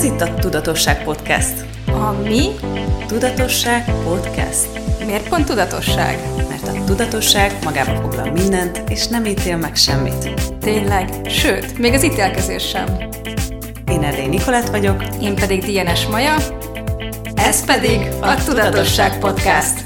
Ez itt a Tudatosság Podcast. A mi? Tudatosság Podcast. Miért pont tudatosság? Mert a tudatosság magába foglal mindent, és nem ítél meg semmit. Tényleg? Sőt, még az ítélkezés sem. Én Erdély Nikolett vagyok. Én pedig DNS Maja. Ez pedig a Tudatosság Podcast.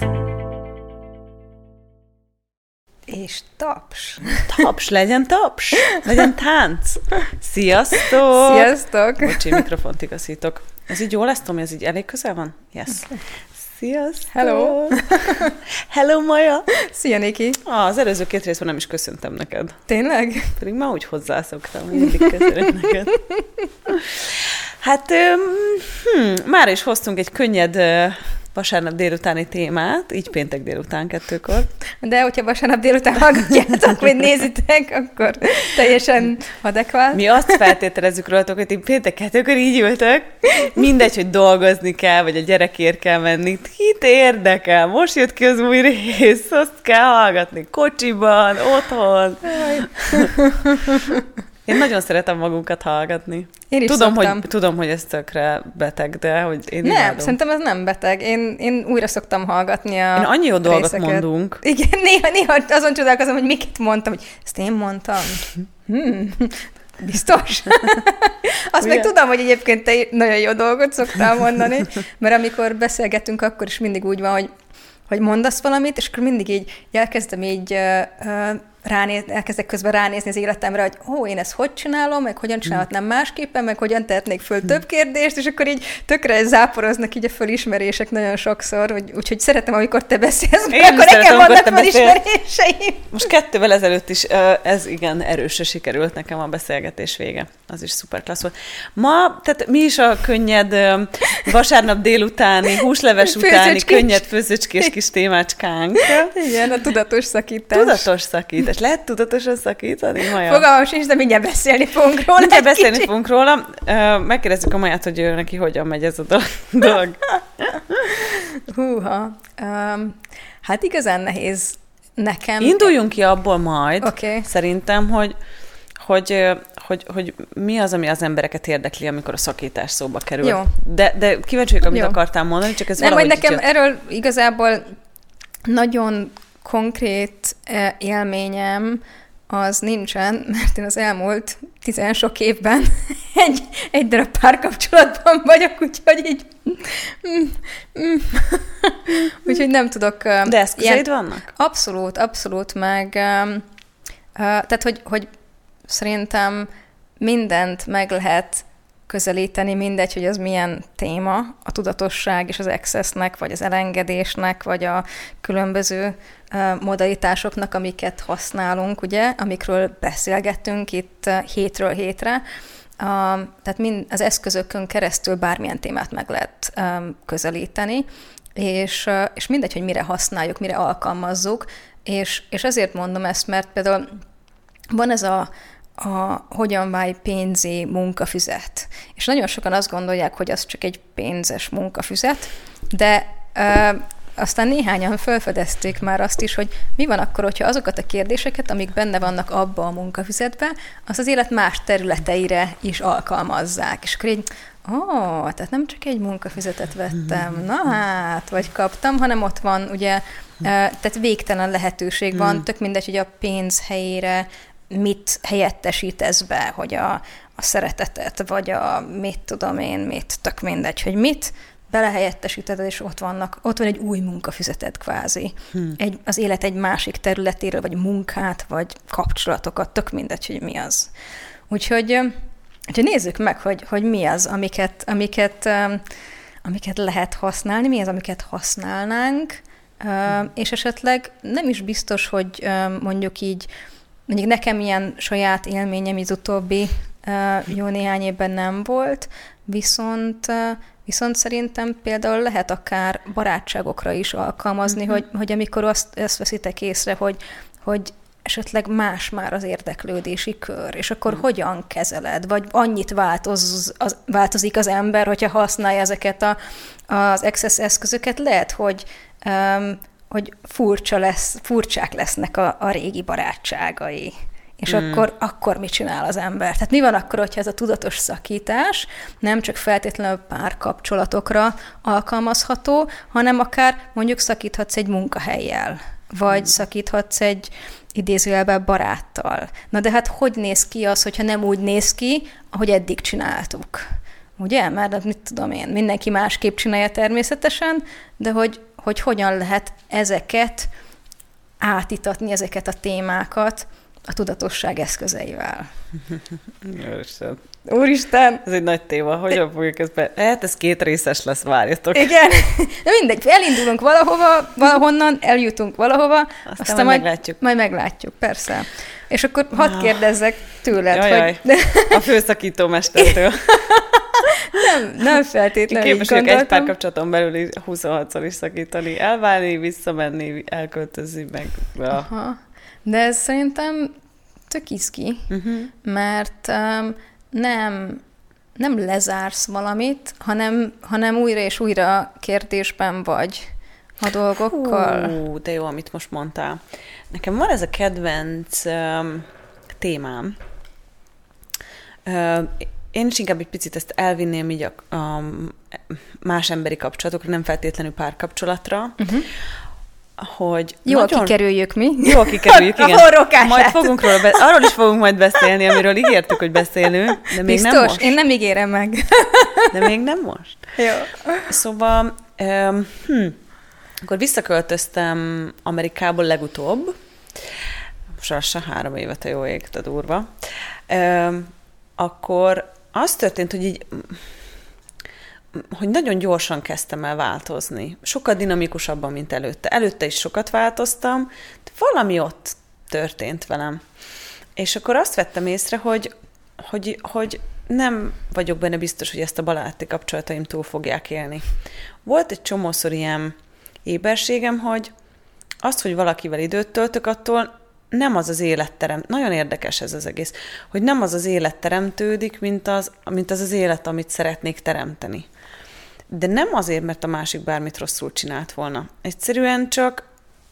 És taps. Taps, legyen taps! Legyen tánc! Sziasztok! Sziasztok! Bocsi, mikrofont igazítok. Ez így jól lesz, Tomi? Ez így elég közel van? Yes. Sziasztok! Hello! Hello, Maja! Szia, Niki! Az előző 2 részben nem is köszöntem neked. Tényleg? Pedig már úgy hozzászoktam, mindig köszönöm neked. Hát, már is hoztunk egy könnyed vasárnap délutáni témát, így péntek délután 2-kor. De hogyha vasárnap délután hallgatjátok, vagy nézitek, akkor teljesen adekvát. Mi azt feltételezzük rólatok, hogy ti péntek 2-kor így ültök, mindegy, hogy dolgozni kell, vagy a gyerekért kell menni. Kit érdekel? Most jött ki az új rész, azt kell hallgatni kocsiban, otthon. Én nagyon szeretem magunkat hallgatni. Én is Tudom, hogy ez tökre beteg, de hogy én nem, imádom. szerintem ez nem beteg. Én újra szoktam hallgatni a Én annyi jó dolgot részeket. mondunk. Igen, néha azon csodálkozom, hogy miket mondtam, hogy ezt én mondtam. Biztos? Azt meg tudom, hogy egyébként te nagyon jó dolgot szoktál mondani, mert amikor beszélgetünk, akkor is mindig úgy van, hogy mondasz valamit, és akkor mindig így elkezdem így elkezdek közben ránézni az életemre, hogy én ezt hogy csinálom, meg hogyan csinálhatnám másképpen, meg hogyan tehetnék föl több kérdést, és akkor így tökre záporoznak így a fölismerések nagyon sokszor, úgyhogy szeretem, amikor te beszélsz, mert akkor nekem vannak fölismeréseim. Most 2-vel ezelőtt is ez igen erősre sikerült nekem a beszélgetés vége. Az is szuper klassz volt. Ma, tehát mi is a könnyed vasárnap délutáni, húsleves utáni, könnyed főzőcskés kis témácskánk. Igen, a tudatos szakítás. Tudatos szakítás. Lehet tudatosan szakítani, Maja? Fogalmam sincs, de mindjárt beszélni fogunk róla. Mindjárt beszélni fogunk róla. Megkérdezzük a Maját, hogy neki hogyan megy ez a dolog. Húha. Hát igazán nehéz nekem. Induljunk ki abból majd, okay. Szerintem, hogy mi az, ami az embereket érdekli, amikor a szakítás szóba kerül. Jó. De kíváncsi vagyok, amit akartál mondani, csak ez nem, valahogy nekem jött. Erről igazából nagyon konkrét élményem az nincsen, mert én az elmúlt 10 sok évben egy darab párkapcsolatban vagyok, úgyhogy így úgyhogy nem tudok... De eszközeid vannak? Abszolút, meg tehát, hogy szerintem mindent meg lehet közelíteni, mindegy, hogy az milyen téma, a tudatosság és az accessnek, vagy az elengedésnek, vagy a különböző modalitásoknak, amiket használunk, ugye, amikről beszélgettünk itt hétről hétre. Tehát az eszközökön keresztül bármilyen témát meg lehet közelíteni, és mindegy, hogy mire használjuk, mire alkalmazzuk, és azért mondom ezt, mert például van ez a hogyan válj pénzé munkafüzet. És nagyon sokan azt gondolják, hogy az csak egy pénzes munkafüzet, de aztán néhányan felfedezték már azt is, hogy mi van akkor, hogyha azokat a kérdéseket, amik benne vannak abba a munkafüzetbe, azt az élet más területeire is alkalmazzák. És akkor így, tehát nem csak egy munkafüzetet vettem, vagy kaptam, hanem ott van, ugye, tehát végtelen lehetőség van, tök mindegy, hogy a pénz helyére mit helyettesítesz be, hogy a szeretetet, vagy tök mindegy, hogy mit belehelyettesíted, és ott van egy új munkafüzeted kvázi. Az élet egy másik területéről, vagy munkát, vagy kapcsolatokat, tök mindegy, hogy mi az. Úgyhogy nézzük meg, hogy mi az, amiket lehet használni, mi az, amiket használnánk, és esetleg nem is biztos, hogy mondjuk nekem ilyen saját élményem az utóbbi jó néhány évben nem volt, viszont szerintem például lehet akár barátságokra is alkalmazni, hogy amikor azt veszitek észre, hogy esetleg más már az érdeklődési kör, és akkor hogyan kezeled, vagy annyit változik az ember, hogyha használja ezeket az access eszközöket, lehet, hogy furcsák lesznek a régi barátságai. És akkor mit csinál az ember? Tehát mi van akkor, hogyha ez a tudatos szakítás nem csak feltétlenül párkapcsolatokra alkalmazható, hanem akár mondjuk szakíthatsz egy munkahellyel, vagy szakíthatsz egy idézőjelben baráttal. Na de hát hogy néz ki az, hogyha nem úgy néz ki, ahogy eddig csináltuk? Ugye? Mert mit tudom én, mindenki másképp csinálja természetesen, de hogy hogyan lehet ezeket átítatni, ezeket a témákat a tudatosság eszközeivel. Úristen! Ez egy nagy téma, hogyan fogjuk ezt be... Lehet, ez 2 részes lesz, várjatok. Igen, de mindegy, elindulunk valahonnan, eljutunk valahova, aztán majd meglátjuk. Majd meglátjuk, persze. És akkor hadd kérdezzek tőled, hogy... A főszakító mestertől. Nem feltétlenül. Képes vagyok egy párkapcsolaton belül 26-szor is szakítani, elválni, visszamenni, elköltözni meg. Aha. De ez szerintem tök izgi, mert nem lezársz valamit, hanem újra és újra kérdésben vagy a dolgokkal. De jó, amit most mondtál. Nekem van ez a kedvenc témám. Én is inkább egy picit ezt elvinném így a más emberi kapcsolatokra, nem feltétlenül párkapcsolatra, hogy jól kikerüljük mi. Jól kikerüljük, igen. Majd fogunk arról is fogunk majd beszélni, amiről ígértük, hogy beszélünk, de még biztos? Nem most. Én nem ígérem meg. De még nem most. Jó. Szóval, akkor visszaköltöztem Amerikából legutóbb, most lassan 3 éve, te jó ég, te durva, akkor az történt, hogy nagyon gyorsan kezdtem el változni. Sokkal dinamikusabban, mint előtte. Előtte is sokat változtam, de valami ott történt velem. És akkor azt vettem észre, hogy nem vagyok benne biztos, hogy ezt a baráti kapcsolataim túl fogják élni. Volt egy csomószor ilyen éberségem, hogy azt, hogy valakivel időt töltök, attól nem az élet nagyon érdekes ez az egész, hogy nem az élet teremtődik, mint az élet, amit szeretnék teremteni. De nem azért, mert a másik bármit rosszul csinált volna. Egyszerűen csak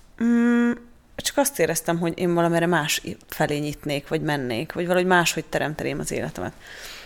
azt éreztem, hogy én valamire más felé nyitnék, vagy mennék, vagy valahogy máshogy teremteném az életemet.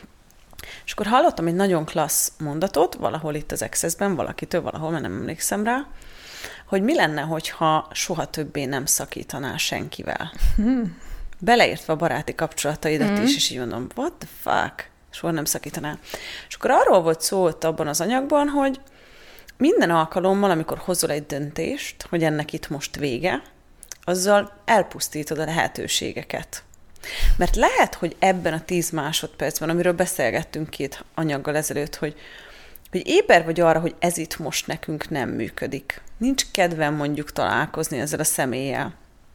És akkor hallottam egy nagyon klassz mondatot, valahol itt az Access-ben, valakitől, valahol, mert nem emlékszem rá, hogy mi lenne, hogyha soha többé nem szakítanál senkivel. Beleértve a baráti kapcsolataidat is, és így mondom, what the fuck? Soha nem szakítanál. És akkor arról volt szó ott abban az anyagban, hogy minden alkalommal, amikor hozol egy döntést, hogy ennek itt most vége, azzal elpusztítod a lehetőségeket. Mert lehet, hogy ebben a 10 másodpercben, amiről beszélgettünk 2 anyaggal ezelőtt, hogy éber vagy arra, hogy ez itt most nekünk nem működik. Nincs kedvem mondjuk találkozni ezzel a személlyel.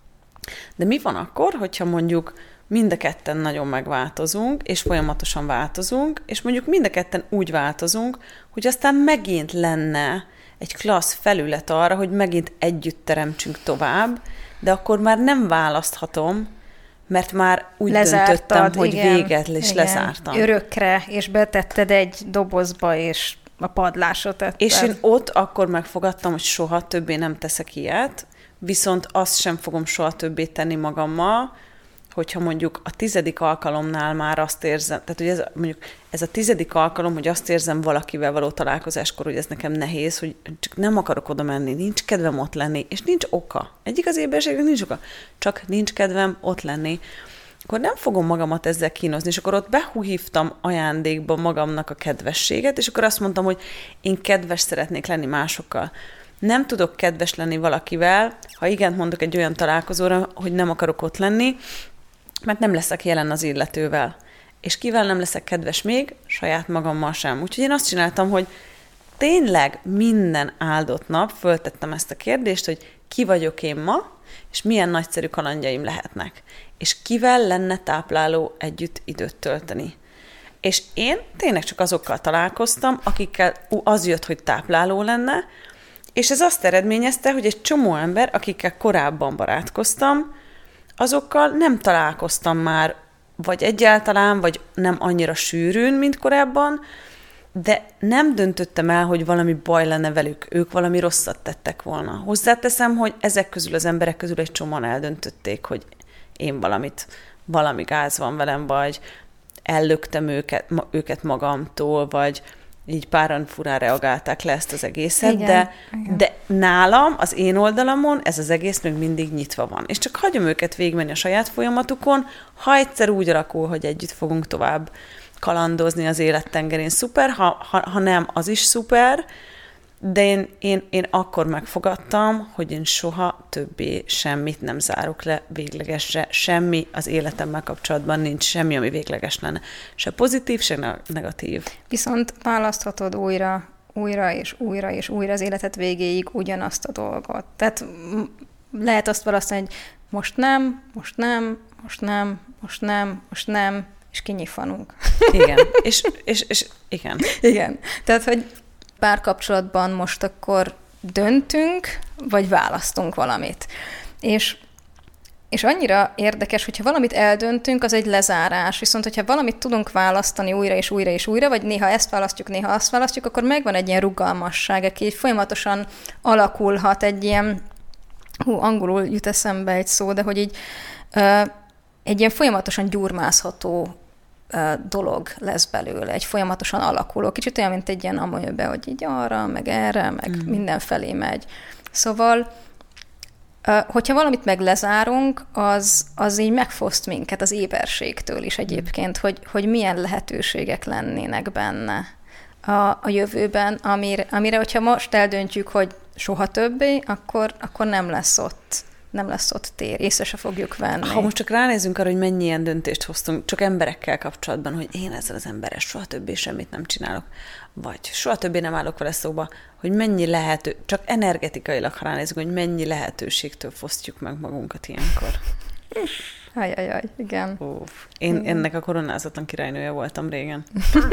De mi van akkor, hogyha mondjuk mind a ketten nagyon megváltozunk, és folyamatosan változunk, és mondjuk mind a ketten úgy változunk, hogy aztán megint lenne egy klassz felület arra, hogy megint együtt teremtsünk tovább, de akkor már nem választhatom, mert már úgy döntöttem, hogy véget, és lezártam. Örökre, és betetted egy dobozba, és a padlásra tetted. És én ott akkor megfogadtam, hogy soha többé nem teszek ilyet, viszont azt sem fogom soha többé tenni magammal, hogyha mondjuk a 10. alkalomnál már azt érzem, tehát hogy ez a 10. alkalom, hogy azt érzem valakivel való találkozáskor, hogy ez nekem nehéz, hogy csak nem akarok oda menni, nincs kedvem ott lenni, és nincs oka. Egyik az éberségnek nincs oka, csak nincs kedvem ott lenni. Akkor nem fogom magamat ezzel kínozni, és akkor ott behívtam ajándékba magamnak a kedvességet, és akkor azt mondtam, hogy én kedves szeretnék lenni másokkal. Nem tudok kedves lenni valakivel, ha igent mondok egy olyan találkozóra, hogy nem akarok ott lenni, mert nem leszek jelen az illetővel. És kivel nem leszek kedves még? Saját magammal sem. Úgyhogy én azt csináltam, hogy tényleg minden áldott nap föltettem ezt a kérdést, hogy ki vagyok én ma, és milyen nagyszerű kalandjaim lehetnek. És kivel lenne tápláló együtt időt tölteni. És én tényleg csak azokkal találkoztam, akikkel az jött, hogy tápláló lenne, és ez azt eredményezte, hogy egy csomó ember, akikkel korábban barátkoztam, azokkal nem találkoztam már, vagy egyáltalán, vagy nem annyira sűrűn, mint korábban, de nem döntöttem el, hogy valami baj lenne velük, ők valami rosszat tettek volna. Hozzáteszem, hogy ezek közül az emberek közül egy csomóan eldöntötték, hogy én valamit valami gáz van velem, vagy ellöktem őket magamtól, vagy így páran furán reagálták le ezt az egészet, igen. De nálam, az én oldalamon ez az egész még mindig nyitva van. És csak hagyom őket végigmenni a saját folyamatukon, ha egyszer úgy alakul, hogy együtt fogunk tovább kalandozni az élettengerén, szuper, ha nem, az is szuper, de én akkor megfogadtam, hogy én soha többé semmit nem zárok le véglegesre, semmi az életemmel kapcsolatban nincs, semmi, ami végleges lenne. Se pozitív, se negatív. Viszont választhatod újra és újra az életed végéig ugyanazt a dolgot. Tehát lehet azt választani, hogy most nem, és kinyifanunk. Igen, és igen. Igen, tehát, hogy párkapcsolatban most akkor döntünk, vagy választunk valamit. És annyira érdekes, hogyha valamit eldöntünk, az egy lezárás. Viszont, hogyha valamit tudunk választani újra és újra, vagy néha ezt választjuk, néha azt választjuk, akkor megvan egy ilyen rugalmasság, aki folyamatosan alakulhat egy ilyen, angolul jut eszembe egy szó, de hogy így egy ilyen folyamatosan gyurmázható dolog lesz belőle, egy folyamatosan alakuló. Kicsit olyan, mint egy ilyen amolyabe, hogy így arra, meg erre, meg mindenfelé megy. Szóval, hogyha valamit meg lezárunk, az így megfoszt minket az éberségtől is egyébként, hogy milyen lehetőségek lennének benne a jövőben, amire, hogyha most eldöntjük, hogy soha többé, akkor nem lesz ott tér, észre se fogjuk venni. Ha most csak ránézünk arra, hogy mennyi ilyen döntést hoztunk, csak emberekkel kapcsolatban, hogy én ezzel az emberrel soha többé semmit nem csinálok, vagy soha többé nem állok vele szóba, hogy mennyi csak energetikailag, ha ránézünk, hogy mennyi lehetőségtől fosztjuk meg magunkat ilyenkor. Ajajaj, igen. Én ennek a koronázatlan királynője voltam régen.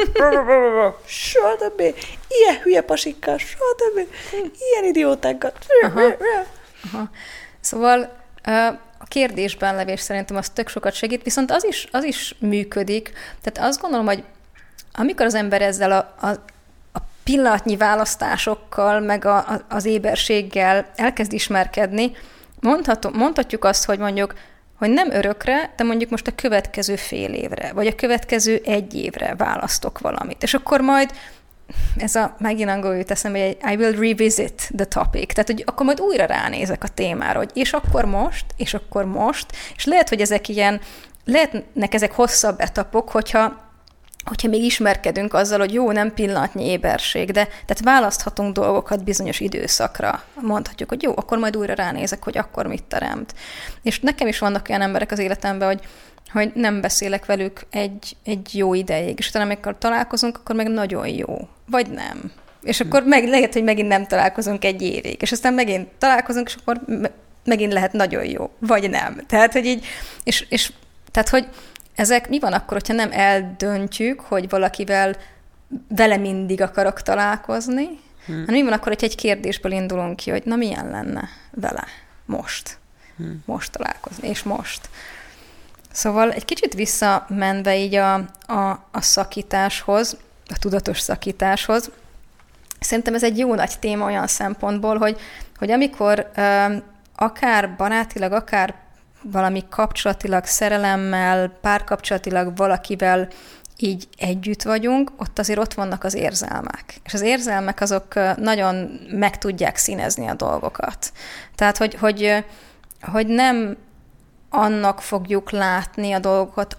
Soha többé, ilyen hülye pasikkal, soha többé, ilyen idiótákkal. Aha. Szóval a kérdésben levés szerintem az tök sokat segít, viszont az is működik. Tehát azt gondolom, hogy amikor az ember ezzel a pillanatnyi választásokkal, meg az éberséggel elkezd ismerkedni, mondhatjuk azt, hogy mondjuk, hogy nem örökre, de mondjuk most a következő fél évre, vagy a következő 1 évre választok valamit. És akkor majd megint angolul jut eszembe, hogy I will revisit the topic. Tehát, hogy akkor majd újra ránézek a témára, hogy és akkor most, és lehet, hogy lehetnek ezek hosszabb etapok, hogyha még ismerkedünk azzal, hogy jó, nem pillanatnyi éberség, de tehát választhatunk dolgokat bizonyos időszakra. Mondhatjuk, hogy jó, akkor majd újra ránézek, hogy akkor mit teremt. És nekem is vannak olyan emberek az életemben, hogy nem beszélek velük egy jó ideig, és utána amikor találkozunk, akkor meg nagyon jó. Vagy nem. És akkor lehet, hogy megint nem találkozunk 1 évig, és aztán megint találkozunk, és akkor megint lehet nagyon jó. Vagy nem. Tehát, hogy így, és tehát, hogy ezek mi van akkor, hogyha nem eldöntjük, hogy vele mindig akarok találkozni, hanem mi van akkor, hogyha egy kérdésből indulunk ki, hogy na milyen lenne vele most találkozni, és most. Szóval egy kicsit visszamenve így a szakításhoz, a tudatos szakításhoz, szerintem ez egy jó nagy téma olyan szempontból, hogy amikor akár barátilag, akár valami kapcsolatilag, szerelemmel, párkapcsolatilag valakivel így együtt vagyunk, ott vannak az érzelmek. És az érzelmek azok nagyon meg tudják színezni a dolgokat. Tehát, hogy nem annak fogjuk látni a dolgokat,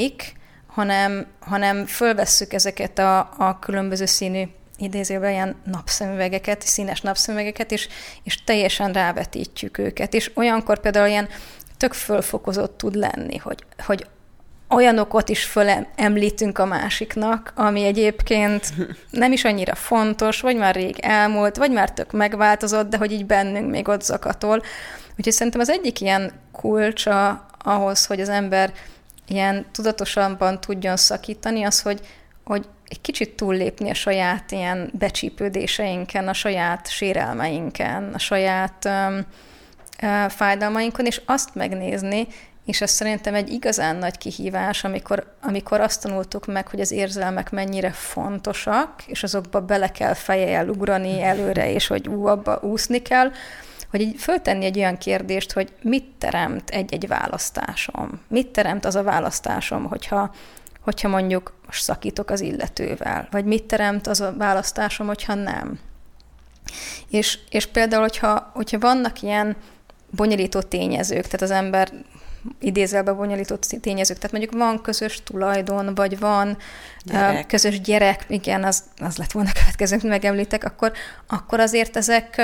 hanem fölvesszük ezeket a különböző színű idézőben ilyen napszemüvegeket, színes napszemüvegeket, és teljesen rávetítjük őket. És olyankor például ilyen tök fölfokozott tud lenni, hogy olyanokat is fölemlítünk a másiknak, ami egyébként nem is annyira fontos, vagy már rég elmúlt, vagy már tök megváltozott, de hogy így bennünk még ott zakatol. Úgyhogy szerintem az egyik ilyen kulcsa ahhoz, hogy az ember ilyen tudatosabban tudjon szakítani, az, hogy egy kicsit túllépni a saját ilyen becsípődéseinken, a saját sérelmeinken, a saját fájdalmainkon, és azt megnézni, és ez szerintem egy igazán nagy kihívás, amikor azt tanultuk meg, hogy az érzelmek mennyire fontosak, és azokba bele kell fejjel ugrani előre, és hogy abba úszni kell, hogy így föltenni egy olyan kérdést, hogy mit teremt egy-egy választásom? Mit teremt az a választásom, hogyha mondjuk most szakítok az illetővel? Vagy mit teremt az a választásom, hogyha nem? És például, hogyha vannak ilyen bonyolító tényezők, tehát az ember idézelbe bonyolító tényezők, tehát mondjuk van közös tulajdon, vagy van közös gyerek, igen, az lett volna a következő, amit megemlítek, akkor azért ezek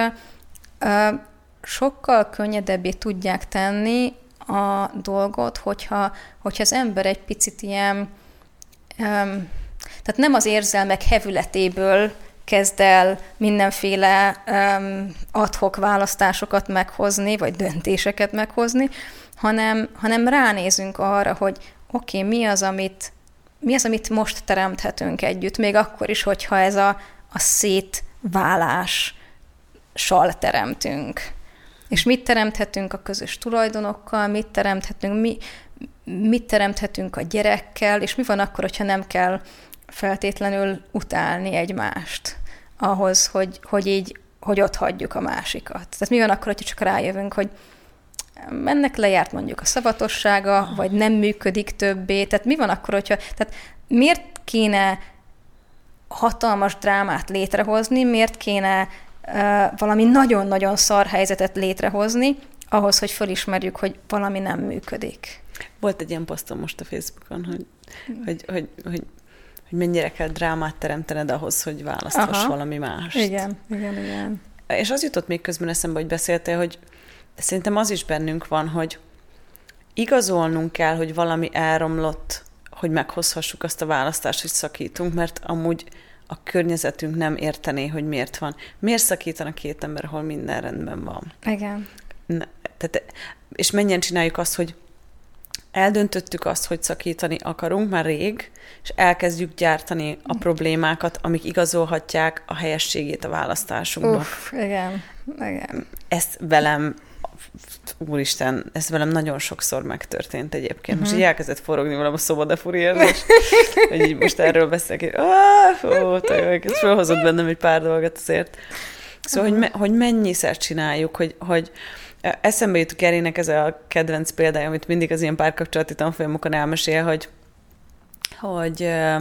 sokkal könnyedebbé tudják tenni a dolgot, hogyha az ember egy picit ilyen, tehát nem az érzelmek hevületéből kezd el mindenféle ad-hoc választásokat meghozni, vagy döntéseket meghozni, hanem ránézünk arra, hogy oké, mi az, amit most teremthetünk együtt, még akkor is, hogyha ez a szétválással teremtünk. És mit teremthetünk a közös tulajdonokkal, mit teremthetünk a gyerekkel, és mi van akkor, hogyha nem kell feltétlenül utálni egymást ahhoz, hogy ott hagyjuk a másikat. Tehát mi van akkor, hogyha csak rájövünk, hogy ennek lejárt mondjuk a szavatossága, vagy nem működik többé. Tehát mi van akkor, tehát miért kéne hatalmas drámát létrehozni, miért kéne valami nagyon-nagyon szar helyzetet létrehozni, ahhoz, hogy fölismerjük, hogy valami nem működik. Volt egy ilyen posztom most a Facebookon, hogy mennyire kell drámát teremtened ahhoz, hogy választhass valami mást. Igen. És az jutott még közben eszembe, hogy beszéltél, hogy szerintem az is bennünk van, hogy igazolnunk kell, hogy valami elromlott, hogy meghozhassuk azt a választást, hogy szakítunk, mert amúgy a környezetünk nem értené, hogy miért van. Miért szakítanak két ember, ahol minden rendben van? Igen. És mennyien csináljuk azt, hogy eldöntöttük azt, hogy szakítani akarunk már rég, és elkezdjük gyártani a problémákat, amik igazolhatják a helyességét a választásunknak. Igen. Ezt velem, úristen, ez velem nagyon sokszor megtörtént egyébként. Most így elkezdett forogni velem a szobadafuri érzés, hogy így most erről beszélek, ez felhozott bennem egy pár dolgot azért. Szóval, hogy mennyiszer csináljuk, hogy eszembe jut Garynek ez a kedvenc példája, amit mindig az ilyen párkapcsolati tanfolyamokon elmesél, hogy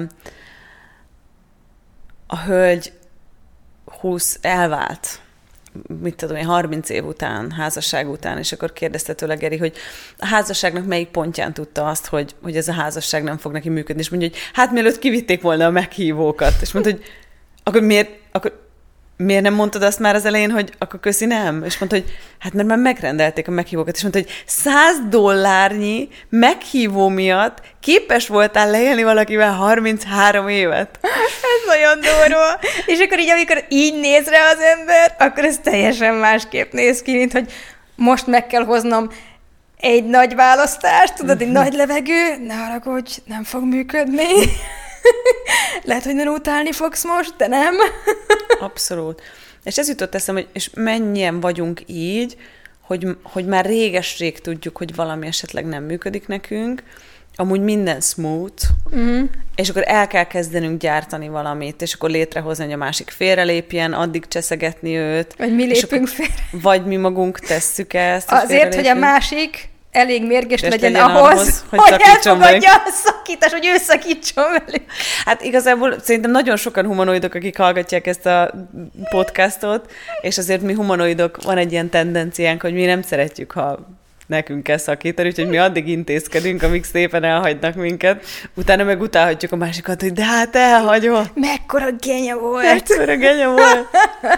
a hölgy 20 elvált, mit tudom én, 30 év után, házasság után, és akkor kérdezte tőle Gary, hogy a házasságnak melyik pontján tudta azt, hogy ez a házasság nem fog neki működni, és mondja, hogy hát mielőtt kivitték volna a meghívókat, és mondta, hogy akkor miért nem mondtad azt már az elején, hogy akkor köszi nem? És mondta, hogy hát mert már megrendelték a meghívókat, és mondta, hogy $100 meghívó miatt képes voltál leélni valakivel 33 évet. Ez nagyon durva. És akkor így, amikor így néz rá az ember, akkor ez teljesen másképp néz ki, mint hogy most meg kell hoznom egy nagy választást, tudod, egy nagy levegő, ne haragudj, nem fog működni. Lehet, hogy nem utálni fogsz most, de nem. Abszolút. És ez jutott eszembe, hogy és mennyien vagyunk így, hogy már réges-rég tudjuk, hogy valami esetleg nem működik nekünk, amúgy minden smooth, és akkor el kell kezdenünk gyártani valamit, és akkor létrehozni, hogy a másik félrelépjen, addig cseszegetni őt. Vagy mi lépünk félre. Vagy mi magunk tesszük ezt. Azért, hogy a másik elég mérges legyen ahhoz, hogy elfogadja a szakítás, hogy ő szakítson velük. Hát igazából szerintem nagyon sokan humanoidok, akik hallgatják ezt a podcastot, és azért mi humanoidok, van egy ilyen tendenciánk, hogy mi nem szeretjük, ha nekünk kell szakítani, úgyhogy mi addig intézkedünk, amíg szépen elhagynak minket, utána meg utálhatjuk a másikat, hogy de hát elhagyott. Mekkora genya volt. Mekkora genya volt.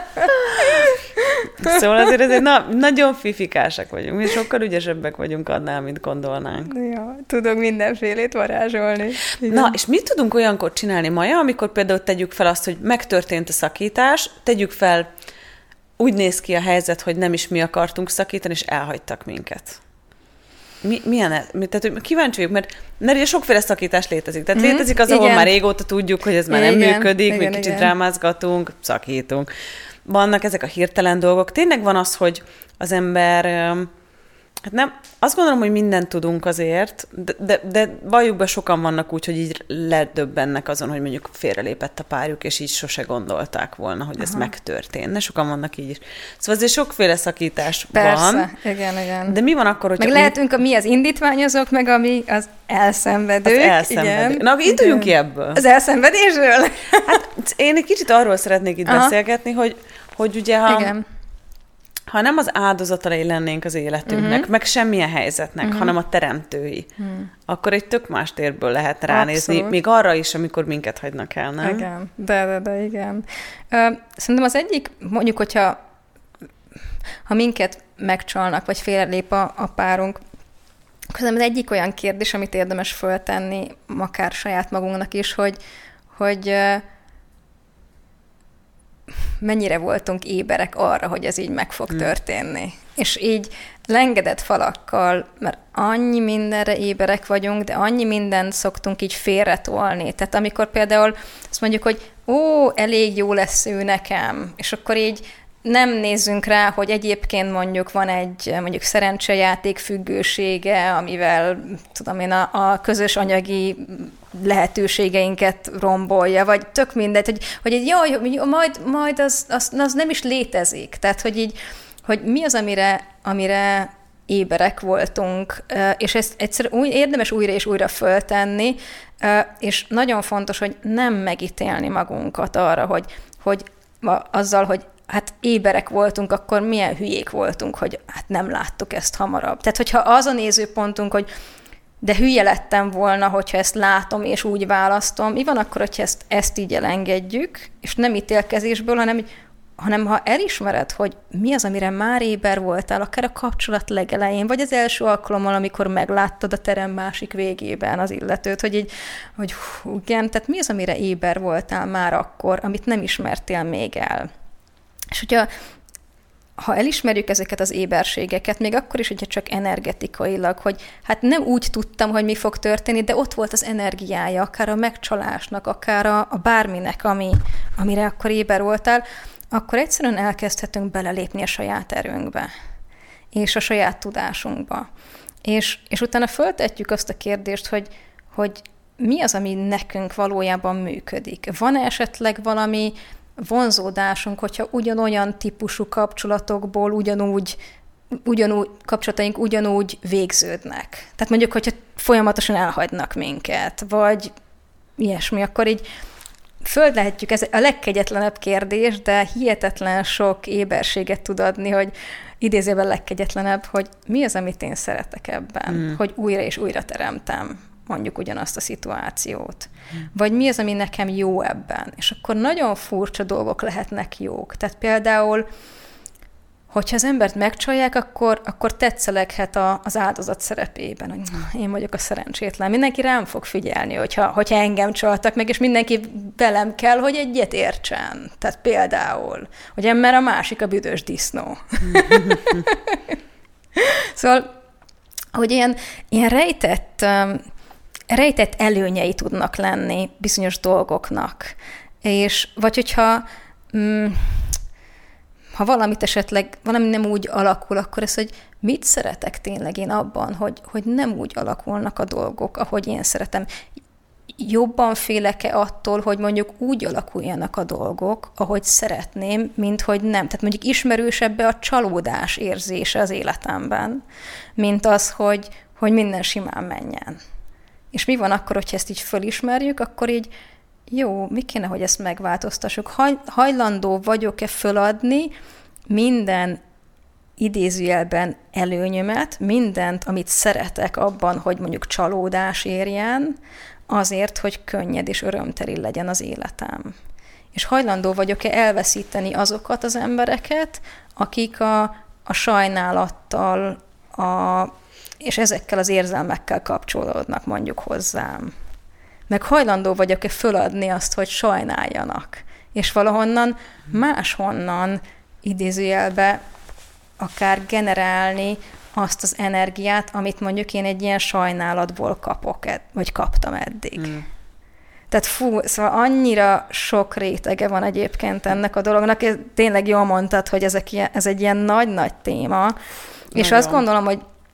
Szóval azért ezért nagyon fifikásak vagyunk. Mi sokkal ügyesebbek vagyunk annál, mint gondolnánk. Ja, tudok mindenfélét varázsolni. Igen. Na, és mit tudunk olyankor csinálni, Maja, amikor például tegyük fel azt, hogy megtörtént a szakítás, tegyük fel, úgy néz ki a helyzet, hogy nem is mi akartunk szakítani, és elhagytak minket. Milyen ez? Tehát kíváncsi vagyok, mert ugye sokféle szakítás létezik. Tehát létezik az, ahol már régóta tudjuk, hogy ez már nem működik, még kicsit drámázgatunk, szakítunk. Vannak ezek a hirtelen dolgok. Tényleg van az, hogy az ember Hát nem, azt gondolom, hogy mindent tudunk azért, de valljuk be, sokan vannak úgy, hogy így ledöbbennek azon, hogy mondjuk félrelépett a párjuk, és így sose gondolták volna, hogy ez megtörténne. Sokan vannak így is. Szóval azért sokféle szakítás van. Persze, igen. De mi van akkor, hogy... Meg lehetünk mi az indítványozók, meg ami az elszenvedők. Az elszenvedők. Igen. Na, így tudjunk ki ebből. Az elszenvedésről? Hát én egy kicsit arról szeretnék itt beszélgetni, hogy ugye ha nem az áldozatai lennénk az életünknek, meg semmilyen helyzetnek, hanem a teremtői, akkor egy tök más térből lehet ránézni, abszolút. Még arra is, amikor minket hagynak el, nem? Igen, de igen. Szerintem az egyik, mondjuk, hogyha minket megcsalnak, vagy félrelép a párunk, akkor az egyik olyan kérdés, amit érdemes föltenni, akár saját magunknak is, hogy mennyire voltunk éberek arra, hogy ez így meg fog történni. És így leengedett falakkal, mert annyi mindenre éberek vagyunk, de annyi mindent szoktunk így félretolni. Tehát amikor például azt mondjuk, hogy elég jó lesz ő nekem, és akkor így nem nézzünk rá, hogy egyébként mondjuk van egy mondjuk szerencsejáték függősége, amivel tudom én a közös anyagi lehetőségeinket rombolja, vagy tök mindegy, hogy egy majd az nem is létezik. Tehát, hogy mi az, amire éberek voltunk, és ezt egyszer érdemes újra és újra föltenni, és nagyon fontos, hogy nem megítélni magunkat arra, hogy azzal, hogy hát éberek voltunk, akkor milyen hülyék voltunk, hogy hát nem láttuk ezt hamarabb. Tehát, hogyha az a nézőpontunk, hogy de hülye lettem volna, hogyha ezt látom, és úgy választom, mi van akkor, hogyha ezt így elengedjük, és nem ítélkezésből, hanem ha elismered, hogy mi az, amire már éber voltál, akár a kapcsolat legelején, vagy az első alkalommal, amikor megláttad a terem másik végében az illetőt, hogy igen, tehát mi az, amire éber voltál már akkor, amit nem ismertél még el. És ha elismerjük ezeket az éberségeket, még akkor is, hogyha csak energetikailag, hogy hát nem úgy tudtam, hogy mi fog történni, de ott volt az energiája, akár a megcsalásnak, akár a bárminek, amire akkor éber voltál, akkor egyszerűen elkezdhetünk belelépni a saját erőnkbe, és a saját tudásunkba. És utána föltetjük azt a kérdést, hogy mi az, ami nekünk valójában működik. Van esetleg valami vonzódásunk, hogyha ugyanolyan típusú kapcsolatokból kapcsolataink ugyanúgy végződnek. Tehát mondjuk, hogyha folyamatosan elhagynak minket, vagy ilyesmi, akkor így föllehetjük, ez a legkegyetlenebb kérdés, de hihetetlen sok éberséget tud adni, hogy idézőben legkegyetlenebb, hogy mi az, amit én szeretek ebben, hogy újra és újra teremtem mondjuk ugyanazt a szituációt. Vagy mi az, ami nekem jó ebben. És akkor nagyon furcsa dolgok lehetnek jók. Tehát például, hogyha az embert megcsalják, akkor tetszeleghet az áldozat szerepében, hogy én vagyok a szerencsétlen. Mindenki rám fog figyelni, hogyha engem csaltak meg, és mindenki velem kell, hogy egyet értsen. Tehát például, hogy mert a másik a büdös disznó. Szóval, hogy ilyen rejtett előnyei tudnak lenni bizonyos dolgoknak. És vagy hogyha ha valamit esetleg, valami nem úgy alakul, akkor ez, hogy mit szeretek tényleg én abban, hogy nem úgy alakulnak a dolgok, ahogy én szeretem. Jobban félek-e attól, hogy mondjuk úgy alakuljanak a dolgok, ahogy szeretném, mint hogy nem. Tehát mondjuk ismerősebbe a csalódás érzése az életemben, mint az, hogy minden simán menjen. És mi van akkor, hogyha ezt így fölismerjük, akkor így jó, mi kéne, hogy ezt megváltoztassuk? Hajlandó vagyok-e föladni minden idézőjelben előnyömet, mindent, amit szeretek abban, hogy mondjuk csalódás érjen, azért, hogy könnyed és örömteli legyen az életem. És hajlandó vagyok-e elveszíteni azokat az embereket, akik a sajnálattal, és ezekkel az érzelmekkel kapcsolódnak mondjuk hozzám. Meg hajlandó vagyok-e föladni azt, hogy sajnáljanak. És valahonnan máshonnan idézőjelbe akár generálni azt az energiát, amit mondjuk én egy ilyen sajnálatból kapok, vagy kaptam eddig. Tehát szóval annyira sok rétege van egyébként ennek a dolognak. Tényleg jól mondtad, hogy ez egy ilyen nagy-nagy téma. És azt gondolom, hogy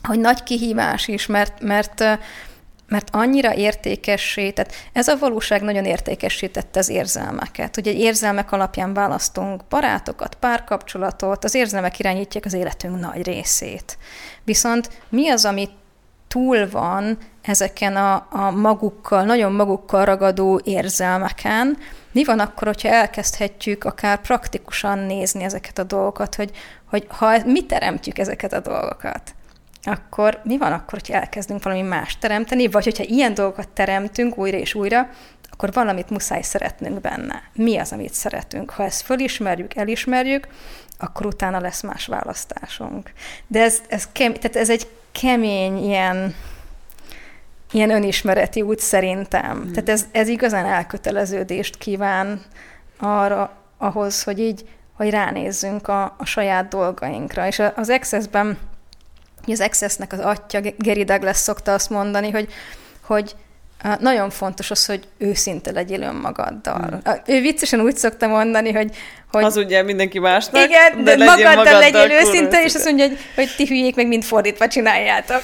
nagy kihívás is, mert annyira értékessé, tehát ez a valóság nagyon értékessé tette az érzelmeket. Ugye érzelmek alapján választunk barátokat, párkapcsolatot, az érzelmek irányítják az életünk nagy részét. Viszont mi az, ami túl van ezeken a magukkal, nagyon magukkal ragadó érzelmeken? Mi van akkor, hogyha elkezdhetjük akár praktikusan nézni ezeket a dolgokat, hogy ha mi teremtjük ezeket a dolgokat, akkor mi van akkor, hogyha elkezdünk valami más teremteni, vagy hogyha ilyen dolgokat teremtünk újra és újra, akkor valamit muszáj szeretnünk benne. Mi az, amit szeretünk? Ha ezt fölismerjük, elismerjük, akkor utána lesz más választásunk. De ez egy kemény ilyen önismereti út szerintem. Tehát ez igazán elköteleződést kíván ahhoz, hogy ránézzünk a saját dolgainkra. És az Access-ben, az Access-nek az atya, Gary Douglas szokta azt mondani, hogy nagyon fontos az, hogy őszinte legyél önmagaddal. Ő viccesen úgy szokta mondani, hogy hazudjál mindenki másnak, igen, de magaddal legyél őszinte, és azt mondja, hogy ti hülyék meg mind fordítva csináljátok.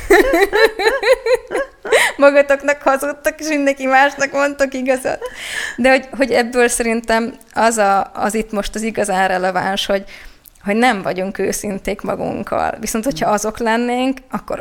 Magatoknak hazudtak, és mindenki másnak mondtok igazat. De hogy ebből szerintem az itt most az igazán releváns, hogy nem vagyunk őszinték magunkkal. Viszont, hogyha azok lennénk, akkor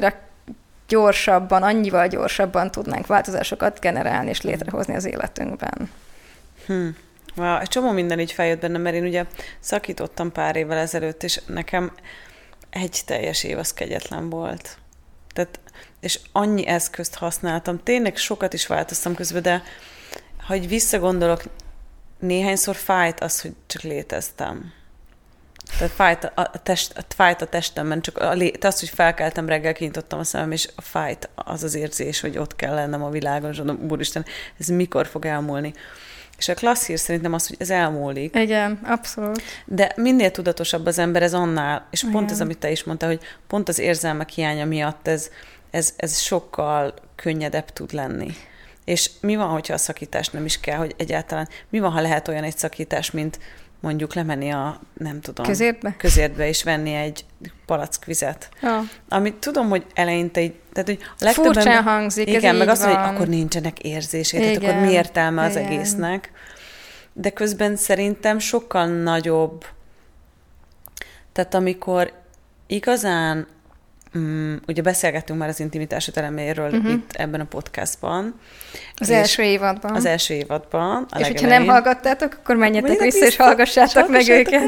annyival gyorsabban tudnánk változásokat generálni és létrehozni az életünkben. Wow, egy csomó minden így feljött bennem, mert én ugye szakítottam pár évvel ezelőtt, és nekem egy teljes év az kegyetlen volt. Tehát, és annyi eszközt használtam, tényleg sokat is változtam közben, de ha így visszagondolok, néhányszor fájt az, hogy csak léteztem. Tehát fájt a testemben, csak az, hogy felkeltem reggel, kinyitottam a szemem, és fájt az az érzés, hogy ott kell lennem a világon, és mondom, úristen, ez mikor fog elmúlni? És a klassz hír szerintem az, hogy ez elmúlik. Igen, abszolút. De minél tudatosabb az ember, ez annál, és pont ez, amit te is mondtál, hogy pont az érzelmek hiánya miatt ez sokkal könnyedebb tud lenni. És mi van, hogyha a szakítás nem is kell, hogy egyáltalán, mi van, ha lehet olyan egy szakítás, mint mondjuk lemenni nem tudom, közértbe és venni egy palack vizet. Ja. Amit tudom, hogy eleinte így, tehát hogy a legtöbben... Furcsán hangzik, igen, ez meg azt mondja, van. hogy akkor nincsenek érzései, tehát akkor mi értelme az egésznek. De közben szerintem sokkal nagyobb, tehát amikor igazán ugye beszélgettünk már az intimitásod eleméről itt ebben a podcastban. Az első évadban. Az első évadban. És hogyha nem hallgattátok, akkor menjetek vissza, és hallgassátok meg őket.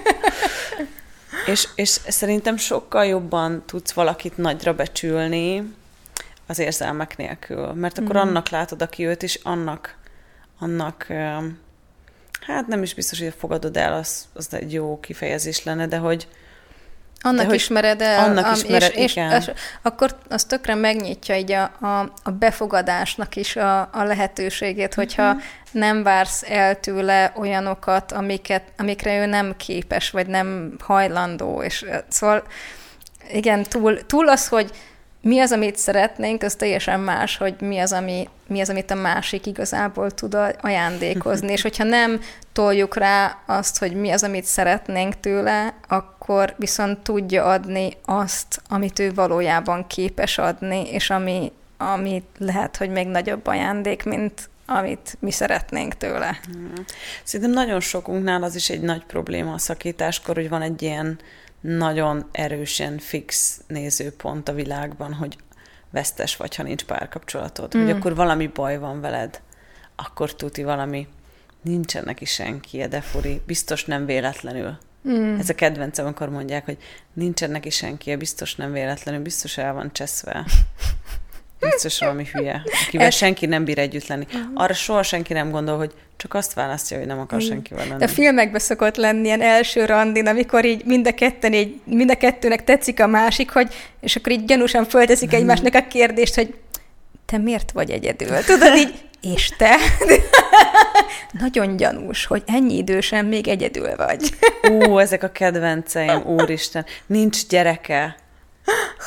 és szerintem sokkal jobban tudsz valakit nagyra becsülni az érzelmek nélkül. Mert akkor annak látod, aki őt, és annak hát nem is biztos, hogy fogadod el, az egy jó kifejezés lenne, de hogy Annak ismered el, annak ismered, és akkor az tökre megnyitja így a befogadásnak is a lehetőségét, hogyha nem vársz el tőle olyanokat, amikre ő nem képes, vagy nem hajlandó. És szóval igen, túl az, hogy mi az, amit szeretnénk, az teljesen más, hogy mi az, amit a másik igazából tud ajándékozni. És hogyha nem toljuk rá azt, hogy mi az, amit szeretnénk tőle, akkor viszont tudja adni azt, amit ő valójában képes adni, és ami lehet, hogy még nagyobb ajándék, mint amit mi szeretnénk tőle. Szerintem nagyon sokunknál az is egy nagy probléma a szakításkor, hogy van egy ilyen nagyon erősen fix nézőpont a világban, hogy vesztes vagy, ha nincs párkapcsolatod. Hogy akkor valami baj van veled, akkor tuti valami, nincsen neki senki, de furi, biztos nem véletlenül. Ez a kedvencem, amikor mondják, hogy nincsen neki senki, biztos nem véletlenül, biztos el van cseszve. Biztos valami hülye, akivel senki nem bír együtt lenni. Arra soha senki nem gondol, hogy csak azt választja, hogy nem akar senkivel lenni. De a filmekben szokott lenni ilyen első randin, amikor így mind a kettőnek tetszik a másik, és akkor így gyanúsan fölteszik egymásnak a kérdést, hogy te miért vagy egyedül? Tudod így, és te? Nagyon gyanús, hogy ennyi idősen még egyedül vagy. Ezek a kedvenceim, úristen. Nincs gyereke.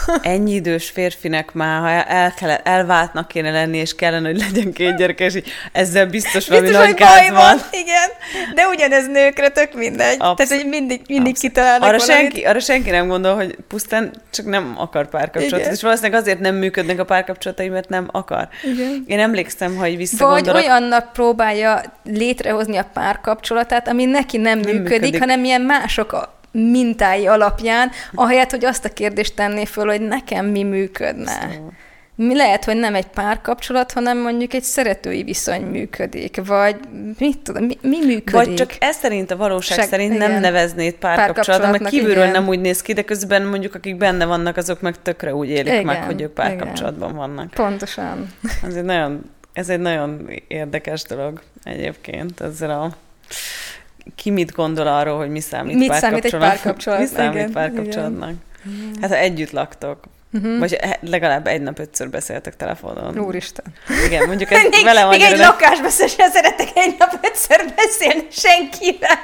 ennyi idős férfinek már, ha elváltnak kéne lenni, és kellene, hogy legyen 2 gyereke, és ezzel biztos valami nagy gáz van. Igen, de ugyanez nőkre tök mindegy. Tehát, hogy mindig kitalálnak arra senki nem gondol, hogy pusztán csak nem akar párkapcsolatot. És valószínűleg azért nem működnek a párkapcsolatai, mert nem akar. Igen. Én emlékszem, ha így visszagondolok. Vagy olyannak próbálja létrehozni a párkapcsolatát, ami neki nem működik, hanem ilyen mások mintái alapján, ahelyett, hogy azt a kérdést tenné föl, hogy nekem mi működne. Mi lehet, hogy nem egy párkapcsolat, hanem mondjuk egy szeretői viszony működik, vagy mit tudom, mi működik? Vagy csak ez szerint, a valóság szerint nem neveznéd párkapcsolatnak, meg kívülről nem úgy néz ki, de közben mondjuk akik benne vannak, azok meg tökre úgy élik meg, hogy ők párkapcsolatban vannak. Pontosan. Ez egy nagyon érdekes dolog egyébként, ezzel a ki mit gondol arról, hogy mi számít párkapcsolatnak. Mi számít párkapcsolatnak? Hát, ha együtt laktok, vagy legalább egy nap 5-ször beszéltek telefonon. Úristen. Igen, mondjuk ez vele van. Még egy lakásban sem szeretek egy nap 5-ször beszélni senkivel.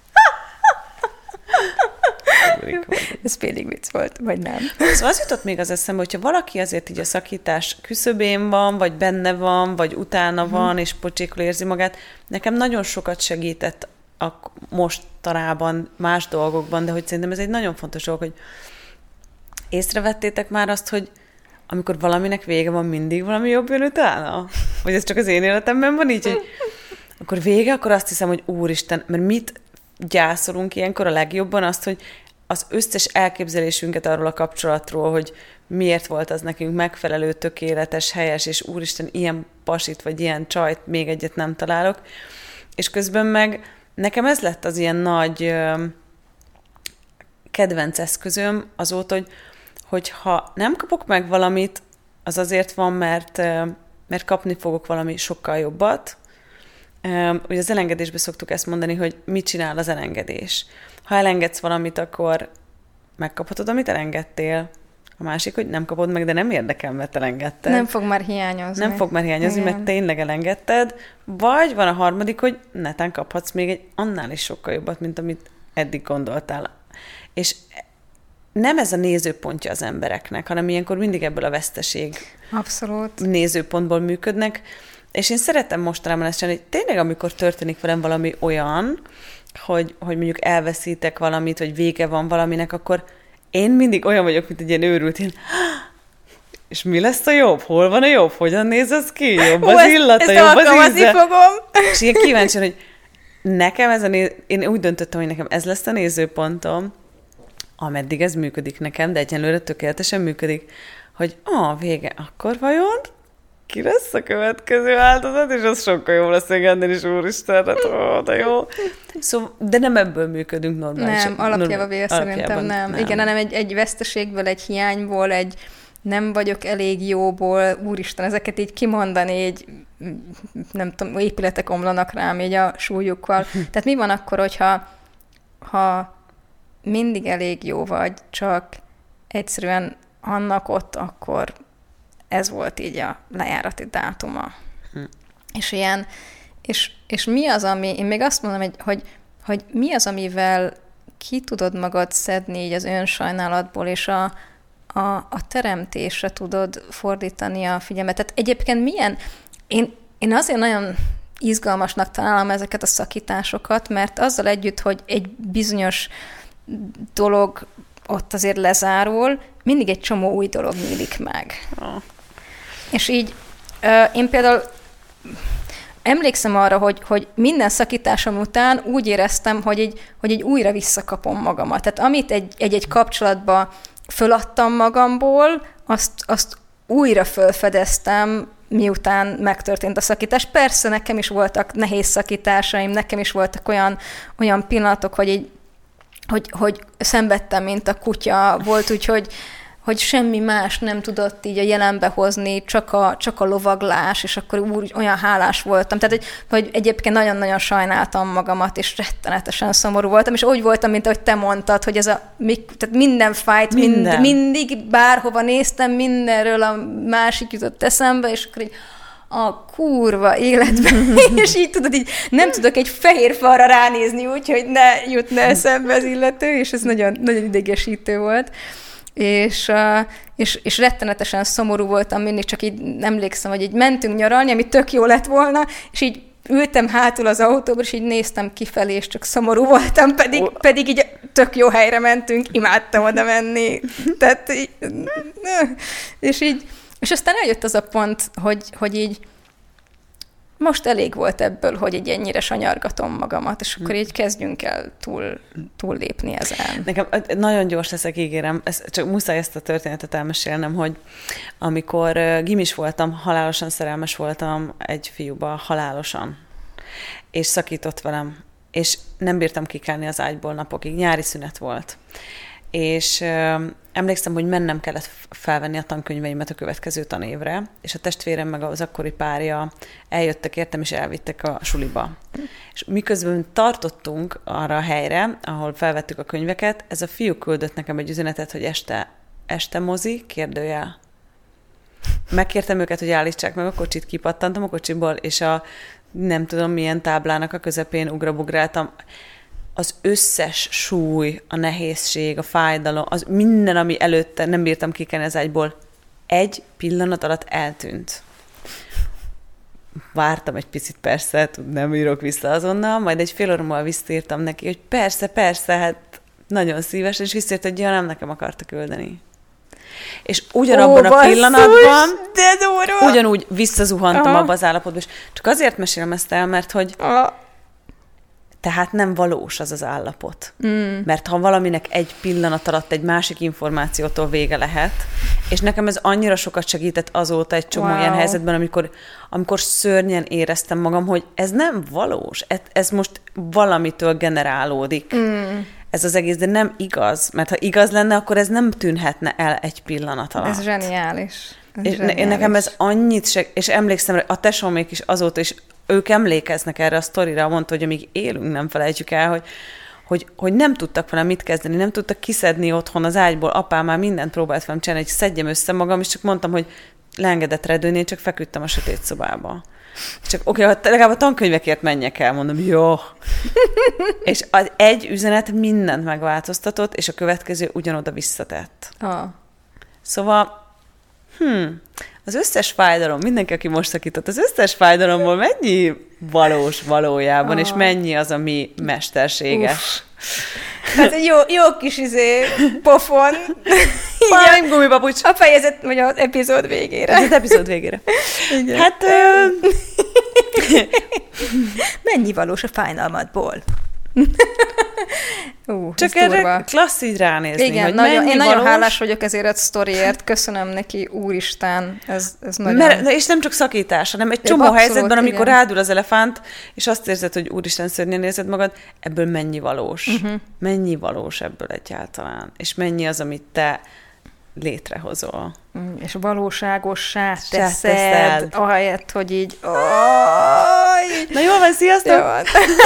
Ez félig vicc volt, vagy nem. Szóval az jutott még az eszembe, hogyha valaki azért így a szakítás küszöbén van, vagy benne van, vagy utána van, és pocsékul érzi magát, nekem nagyon sokat segített mostanában, más dolgokban, de hogy szerintem ez egy nagyon fontos dolog, hogy észrevettétek már azt, hogy amikor valaminek vége van, mindig valami jobb jön utána? Vagy ez csak az én életemben van így, hogy akkor vége, akkor azt hiszem, hogy úristen, mert mit gyászolunk ilyenkor a legjobban azt, hogy az összes elképzelésünket arról a kapcsolatról, hogy miért volt az nekünk megfelelő, tökéletes, helyes, és úristen, ilyen pasit, vagy ilyen csajt még egyet nem találok. És közben meg nekem ez lett az ilyen nagy kedvenc eszközöm azóta, hogy ha nem kapok meg valamit, az azért van, mert kapni fogok valami sokkal jobbat. Ugye az elengedésben szoktuk ezt mondani, hogy mit csinál az elengedés. Ha elengedsz valamit, akkor megkaphatod, amit elengedtél. A másik, hogy nem kapod meg, de nem érdekel, mert elengedted. Nem fog már hiányozni. Nem fog már hiányozni, igen, mert tényleg elengedted. Vagy van a harmadik, hogy netán kaphatsz még egy annál is sokkal jobbat, mint amit eddig gondoltál. És nem ez a nézőpontja az embereknek, hanem ilyenkor mindig ebből a veszteség abszolút nézőpontból működnek. És én szeretem mostanában ezt csinálni, hogy tényleg amikor történik velem valami olyan, hogy mondjuk elveszítek valamit, vagy vége van valaminek, akkor én mindig olyan vagyok, mint egy ilyen őrült, ilyen, és mi lesz a jobb? Hol van a jobb? Hogyan néz az ki? Jobb az illata, jobb az íze? Fogom. És ilyen kíváncsi, hogy nekem én úgy döntöttem, hogy nekem ez lesz a nézőpontom, ameddig ez működik nekem, de egyenlőre tökéletesen működik, hogy vége, akkor vajon ki lesz a következő áldozat, és az sokkal jobb lesz ennél is, úristen, de jó. Szóval, de nem ebből működünk normálisan. Nem, alapjában szerintem nem. Igen, hanem egy veszteségből, egy hiányból, egy nem vagyok elég jóból, úristen, ezeket így kimondani, így nem tudom, épületek omlanak rám így a súlyukkal. Tehát mi van akkor, hogyha mindig elég jó vagy, csak egyszerűen annak ott akkor ez volt így a lejárati dátuma. És ilyen, és mi az, ami, én még azt mondom, hogy mi az, amivel ki tudod magad szedni így az önsajnálatból, és a teremtésre tudod fordítani a figyelmet. Tehát egyébként milyen, én azért nagyon izgalmasnak találom ezeket a szakításokat, mert azzal együtt, hogy egy bizonyos dolog ott azért lezárul, mindig egy csomó új dolog nyílik meg. És így én például emlékszem arra, hogy minden szakításom után úgy éreztem, hogy így újra visszakapom magamat. Tehát amit egy kapcsolatba föladtam magamból, azt újra fölfedeztem, miután megtörtént a szakítás. Persze nekem is voltak nehéz szakításaim, nekem is voltak olyan pillanatok, hogy szenvedtem, mint a kutya. Volt úgy, hogy semmi más nem tudott így a jelenbe hozni, csak a lovaglás, és akkor olyan hálás voltam. Tehát, hogy egyébként nagyon-nagyon sajnáltam magamat, és rettenetesen szomorú voltam, és úgy voltam, mint ahogy te mondtad, hogy tehát minden fájt, mindig bárhova néztem, mindenről a másik jutott eszembe, és akkor így a kurva életben, és így tudod, így nem tudok egy fehér falra ránézni úgy, hogy ne jutna eszembe az illető, és ez nagyon, nagyon idegesítő volt. és rettenetesen szomorú voltam, mindig csak így emlékszem, hogy így mentünk nyaralni, ami tök jó lett volna, és így ültem hátul az autóban, és így néztem kifelé, és csak szomorú voltam, pedig így tök jó helyre mentünk, imádtam oda menni. Tehát és aztán eljött az a pont, hogy így most elég volt ebből, hogy így ennyire sanyargatom magamat, és akkor így kezdjünk el túllépni ezen. Nekem nagyon gyors leszek, ígérem, csak muszáj ezt a történetet elmesélnem, hogy amikor gimis voltam, halálosan szerelmes voltam egy fiúba, halálosan, és szakított velem, és nem bírtam kikelni az ágyból napokig, nyári szünet volt. És emlékszem, hogy mennem kellett felvenni a tankönyveimet a következő tanévre, és a testvérem meg az akkori párja eljöttek értem, és elvittek a suliba. És miközben tartottunk arra a helyre, ahol felvettük a könyveket, ez a fiú küldött nekem egy üzenetet, hogy este mozi, kérdőjel. Megkértem őket, hogy állítsák meg a kocsit, kipattantam a kocsiból, és a nem tudom milyen táblának a közepén ugrabugráltam. Az összes súly, a nehézség, a fájdalom, az minden, ami előtte nem bírtam kikelni az ágyból, egy pillanat alatt eltűnt. Vártam egy picit, persze, nem írok vissza azonnal, majd egy fél óra múlva visszaírtam neki, hogy persze, hát nagyon szíves, és visszaírt, hogy nem nekem akarta küldeni. És ugyanabban a pillanatban ugyanúgy visszazuhantam abba az állapotba, és csak azért mesélem ezt el, mert hogy tehát nem valós az az állapot. Mert ha valaminek egy pillanat alatt egy másik információtól vége lehet, és nekem ez annyira sokat segített azóta egy csomó ilyen helyzetben, amikor szörnyen éreztem magam, hogy ez nem valós, ez most valamitől generálódik. Ez az egész, de nem igaz, mert ha igaz lenne, akkor ez nem tűnhetne el egy pillanat alatt. Ez zseniális. Nekem ez annyit és emlékszem, a tesómék is azóta is, ők emlékeznek erre a sztorira, mondta, hogy amíg élünk, nem felejtjük el, hogy nem tudtak vele mit kezdeni, nem tudtak kiszedni otthon az ágyból, apám már mindent próbált velem csinálni, hogy szedjem össze magam, és csak mondtam, hogy leengedett redőni, én csak feküdtem a sötét szobába. Csak oké, legalább a tankönyvekért menjek el, mondom, jó. És az egy üzenet mindent megváltoztatott, és a következő ugyanoda visszatett. Szóval, az összes fájdalom, mindenki, aki most szakított, az összes fájdalomból mennyi valós valójában, és mennyi az, ami mesterséges. Hát egy jó kis pofon. Valami gumipapucs. A fejezet, vagy az epizód végére. Az epizód végére. Igen. Hát... mennyi valós a fájdalmadból? Csak erre klassz így ránézni. Igen, én nagyon hálás vagyok ezért a sztoriért. Köszönöm neki, úristen. Ez nagyon... és nem csak szakítás, hanem egy csomó abszolút, helyzetben, amikor rádul az elefánt, és azt érzed, hogy úristen, szörnyen érzed magad, ebből mennyi valós. Mennyi valós ebből egyáltalán. És mennyi az, amit te létrehozol. És valóságossá teszed, ahelyett, hogy így... Na jól van, sziasztok! Jó van.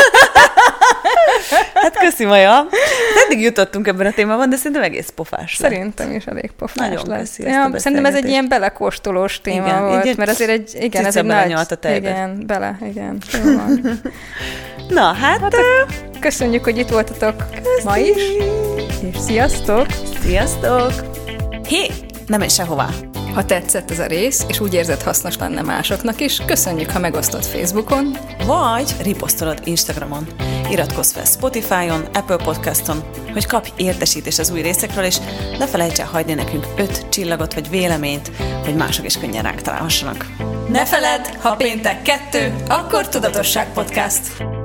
Hát köszi, Maja. Eddig jutottunk ebben a témában, de szerintem egész pofás lett. Szerintem is elég pofás nagyon lett. Köszi ezt a szerintem ez egy ilyen belekóstolós téma volt, mert azért ez egy nagy... a tejbe. Igen. Jó van. Na, hát köszönjük, hogy itt voltatok ma is. És sziasztok! Sziasztok! Hé, nem menj sehová! Ha tetszett ez a rész, és úgy érzed hasznos lenne másoknak is, köszönjük, ha megosztod Facebookon, vagy riposztolod Instagramon. Iratkozz fel Spotify-on, Apple Podcaston, hogy kapj értesítést az új részekről, és ne felejts el hagyni nekünk 5 csillagot vagy véleményt, hogy mások is könnyen ránk találhassanak. Ne feledd, ha péntek 2, akkor Tudatosság Podcast!